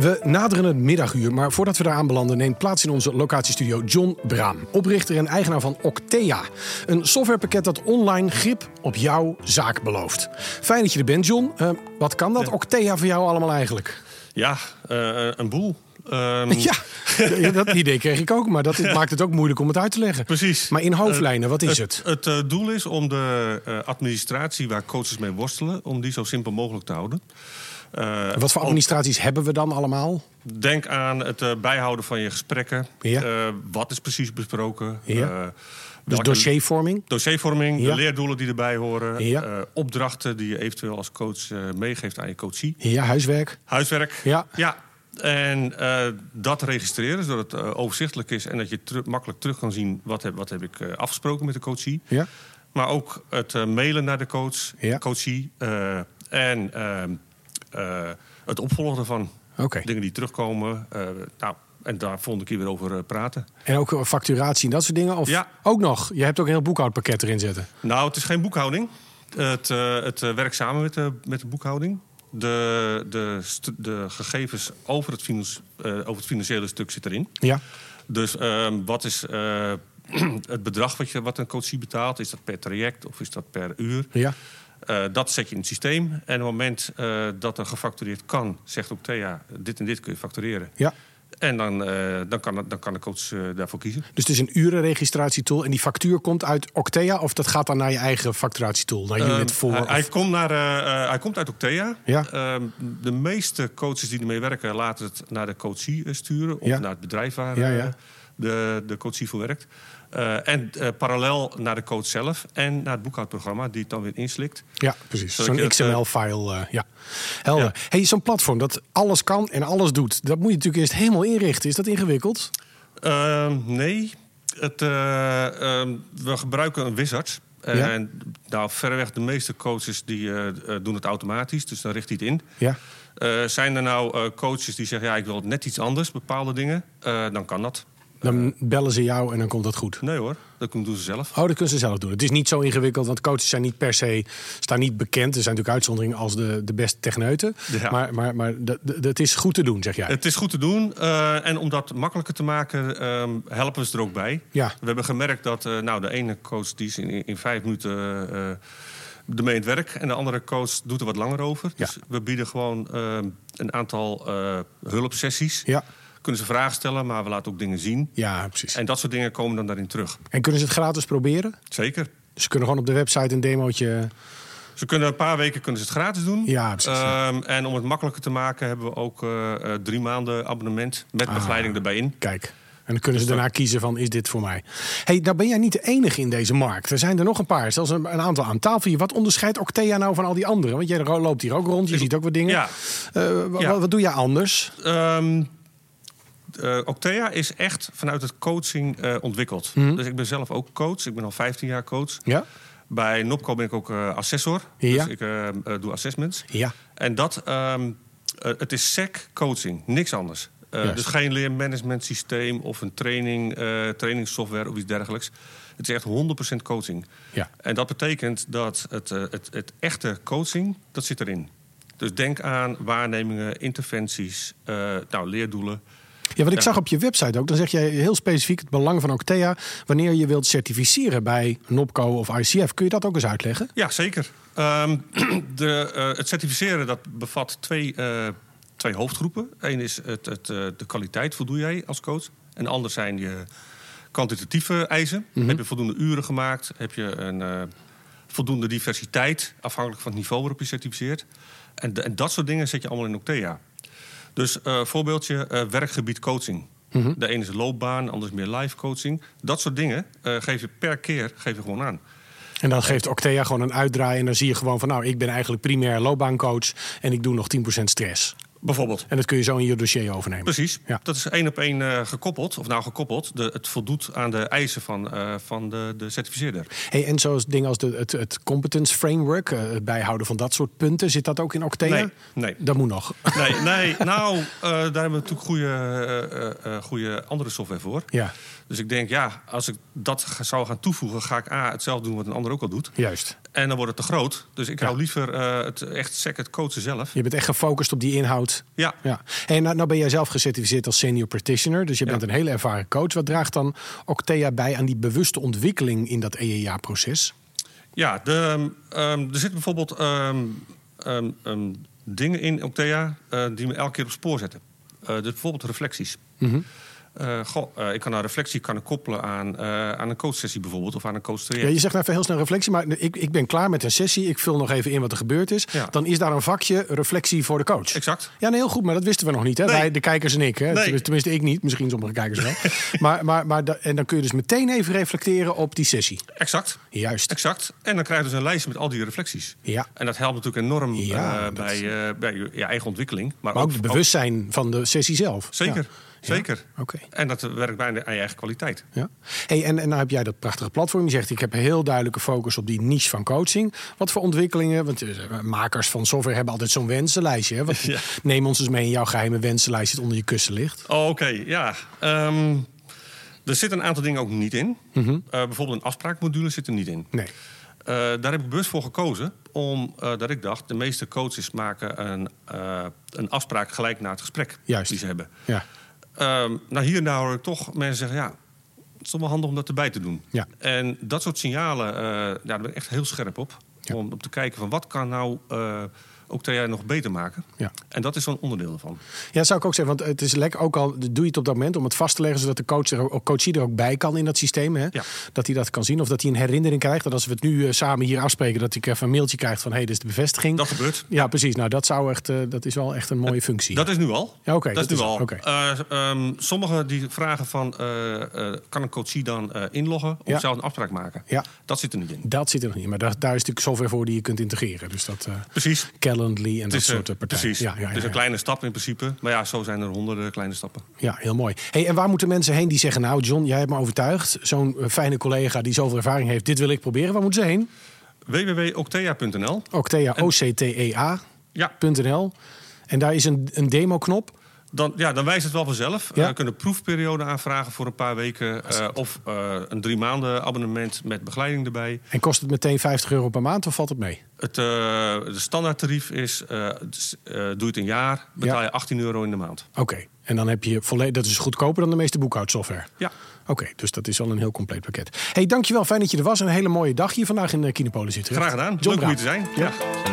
We naderen het middaguur, maar voordat we daar aanbelanden neemt plaats in onze locatiestudio John Braam, oprichter en eigenaar van Octea. Een softwarepakket dat online grip op jouw zaak belooft. Fijn dat je er bent, John. Wat kan dat Octea voor jou allemaal eigenlijk? Ja, een boel. Ja, dat idee kreeg ik ook, maar dat maakt het ook moeilijk om het uit te leggen. Precies. Maar in hoofdlijnen, wat is het? Het doel is om de administratie waar coaches mee worstelen, om die zo simpel mogelijk te houden. Wat voor administraties hebben we dan allemaal? Denk aan het bijhouden van je gesprekken. Ja. Wat is precies besproken? Ja. Dus dossiervorming? Dossiervorming, Ja. de leerdoelen die erbij horen. Ja. Opdrachten die je eventueel als coach meegeeft aan je coachie. Ja, huiswerk. Huiswerk. Ja. En dat registreren, zodat het overzichtelijk is en dat je makkelijk terug kan zien wat heb ik afgesproken met de coachie. Ja. Maar ook het mailen naar de coachie en het opvolgen ervan. Oké. Dingen die terugkomen. En daar volgende keer weer over praten. En ook facturatie en dat soort dingen? Of Ja. Ook nog? Je hebt ook een heel boekhoudpakket erin zitten. Nou, het is geen boekhouding. Het werkt samen met de boekhouding. De gegevens over het financiële stuk zit erin. Ja. Dus wat is het bedrag wat een coachie betaalt? Is dat per traject of is dat per uur? Ja. Dat zet je in het systeem. En op het moment dat er gefactureerd kan, zegt Octea, dit en dit kun je factureren. Ja. En dan kan de coach daarvoor kiezen. Dus het is een urenregistratietool en die factuur komt uit Octea? Of dat gaat dan naar je eigen facturatietool? Naar Unit 4? Hij komt uit Octea. Ja. De meeste coaches die ermee werken laten het naar de coachie sturen. Of naar het bedrijf waar de coachie voor werkt. En parallel naar de coach zelf en naar het boekhoudprogramma die het dan weer inslikt. Ja, precies. Zo'n XML-file. Helder. Ja. Hey, zo'n platform dat alles kan en alles doet, dat moet je natuurlijk eerst helemaal inrichten. Is dat ingewikkeld? Nee. We gebruiken een wizard. En verreweg de meeste coaches die doen het automatisch. Dus dan richt hij het in. Ja. Zijn er nou coaches die zeggen, ik wil net iets anders, bepaalde dingen, dan kan dat. Dan bellen ze jou en dan komt dat goed? Nee hoor, dat doen ze zelf. Oh, dat kunnen ze zelf doen. Het is niet zo ingewikkeld, want coaches zijn niet per se, staan niet bekend. Er zijn natuurlijk uitzonderingen als de beste techneuten. Ja. Maar het is goed te doen, zeg jij? Het is goed te doen. En om dat makkelijker te maken, helpen we ze er ook bij. Ja. We hebben gemerkt dat de ene coach die is in 5 minuten ermee in het werk. En de andere coach doet er wat langer over. Ja. Dus we bieden gewoon een aantal hulpsessies. Ja. Kunnen ze vragen stellen, maar we laten ook dingen zien. Ja, precies. En dat soort dingen komen dan daarin terug. En kunnen ze het gratis proberen? Zeker. Dus ze kunnen gewoon op de website een demootje... Ze kunnen een paar weken het gratis doen. Ja, precies. En om het makkelijker te maken hebben we ook 3 maanden abonnement met begeleiding erbij in. Kijk. En dan kunnen ze daarna kiezen van, is dit voor mij? Hey, nou ben jij niet de enige in deze markt. Er zijn er nog een paar, zelfs een aantal aan tafel hier. Wat onderscheidt Octea nou van al die anderen? Want jij loopt hier ook rond, je ziet ook wat dingen. Ja. Wat doe jij anders? Octea is echt vanuit het coaching ontwikkeld. Mm-hmm. Dus ik ben zelf ook coach. Ik ben al 15 jaar coach. Ja. Bij Nopco ben ik ook assessor. Ja. Dus ik doe assessments. Ja. En het is SEC coaching, niks anders. Dus geen leermanagement systeem of een trainingssoftware of iets dergelijks. Het is echt 100% coaching. Ja. En dat betekent dat het echte coaching, dat zit erin. Dus denk aan waarnemingen, interventies, leerdoelen. Ja, wat ik zag op je website ook, dan zeg jij heel specifiek het belang van Octea wanneer je wilt certificeren bij Nopco of ICF. Kun je dat ook eens uitleggen? Ja, zeker. Het certificeren dat bevat twee hoofdgroepen. Eén is de kwaliteit, voldoe jij als coach. En de ander zijn je kwantitatieve eisen. Mm-hmm. Heb je voldoende uren gemaakt? Heb je een voldoende diversiteit, afhankelijk van het niveau waarop je certificeert? En dat soort dingen zet je allemaal in Octea. Dus voorbeeldje, werkgebied coaching. Mm-hmm. De ene is loopbaan, de andere is meer live coaching. Dat soort dingen geef je per keer gewoon aan. En dan geeft Octea gewoon een uitdraai en dan zie je gewoon van, ik ben eigenlijk primair loopbaancoach en ik doe nog 10% stress. Bijvoorbeeld. En dat kun je zo in je dossier overnemen. Precies. Ja. Dat is 1 op 1 gekoppeld. Of nou gekoppeld. Het voldoet aan de eisen van de certificeerder. Hey, en zoals dingen als het competence framework, het bijhouden van dat soort punten, zit dat ook in Octea? Nee. Dat moet nog. Nee. Nou, daar hebben we natuurlijk goede andere software voor. Ja. Dus ik denk, als ik dat zou gaan toevoegen, ga ik hetzelfde doen wat een ander ook al doet. Juist. En dan wordt het te groot. Dus ik hou liever het coachen zelf. Je bent echt gefocust op die inhoud. Ja. En nou ben jij zelf gecertificeerd als senior practitioner. Dus je bent een hele ervaren coach. Wat draagt dan Octea bij aan die bewuste ontwikkeling in dat EEA-proces? Ja, er zitten bijvoorbeeld dingen in Octea die me elke keer op spoor zetten. Dus bijvoorbeeld reflecties. Mm-hmm. Ik kan een reflectie koppelen aan een coachsessie bijvoorbeeld, of aan een coachtraject. Ja, je zegt nou even heel snel reflectie, maar ik ben klaar met een sessie. Ik vul nog even in wat er gebeurd is. Ja. Dan is daar een vakje reflectie voor de coach. Exact. Ja, nee, heel goed, maar dat wisten we nog niet. Hè? Nee. Wij, de kijkers en ik. Hè? Nee. Tenminste, ik niet. Misschien sommige kijkers wel. En dan kun je dus meteen even reflecteren op die sessie. Exact. Juist. Exact. En dan krijg je dus een lijst met al die reflecties. Ja. En dat helpt natuurlijk enorm bij je eigen ontwikkeling. Maar ook het bewustzijn van de sessie zelf. Zeker. Ja. Zeker. Ja, okay. En dat werkt bijna aan je eigen kwaliteit. Ja. Hey, en nou heb jij dat prachtige platform. Je zegt, ik heb een heel duidelijke focus op die niche van coaching. Wat voor ontwikkelingen? Want makers van software hebben altijd zo'n wensenlijstje. Hè? Neem ons eens mee in jouw geheime wensenlijst dat onder je kussen ligt. Oké, ja. Er zitten een aantal dingen ook niet in. Mm-hmm. Bijvoorbeeld een afspraakmodule zit er niet in. Nee. Daar heb ik bewust voor gekozen. Omdat ik dacht, de meeste coaches maken een afspraak gelijk na het gesprek. Juist. Die ze hebben. Ja. Hier hoor ik toch mensen zeggen, het is toch wel handig om dat erbij te doen. Ja. En dat soort signalen, daar ben ik echt heel scherp op. Ja. Om te kijken van wat kan nou Octea nog beter maken. Ja. En dat is zo'n onderdeel ervan. Ja, dat zou ik ook zeggen. Want het is lekker, ook al doe je het op dat moment om het vast te leggen, zodat de coachie er ook bij kan in dat systeem. Hè? Ja. Dat hij dat kan zien. Of dat hij een herinnering krijgt. Dat als we het nu samen hier afspreken, dat ik even een mailtje krijg van dit is de bevestiging. Dat gebeurt. Ja, precies. Nou, dat is wel echt een mooie functie. Dat is nu al. Ja, oké. Dat is nu al. Okay. Sommigen die vragen van, kan een coachie dan inloggen of zelf een afspraak maken? Ja. Dat zit er niet in. Dat zit er nog niet in. Maar daar is natuurlijk software voor die je kunt integreren. Dus dat, precies. Calendly en dat soort partijen. Precies. Het is een kleine stap in principe. Maar zo zijn er honderden kleine stappen. Ja, heel mooi. Hey, en waar moeten mensen heen die zeggen, nou John, jij hebt me overtuigd. Zo'n fijne collega die zoveel ervaring heeft, dit wil ik proberen. Waar moeten ze heen? www.octea.nl. Octea, OCTEA.nl. En daar is een demo-knop. Dan wijst het wel vanzelf. We kunnen een proefperiode aanvragen voor een paar weken. Of een 3 maanden abonnement met begeleiding erbij. En kost het meteen €50 per maand of valt het mee? De standaardtarief is, doe je het een jaar, betaal je €18 in de maand. Oké. En dan heb je dat is goedkoper dan de meeste boekhoudsoftware. Ja. Oké, dus dat is al een heel compleet pakket. Hey, dankjewel. Fijn dat je er was. Een hele mooie dag hier vandaag in Kinepolis Utrecht. Graag gedaan. Leuk om hier te zijn. Ja.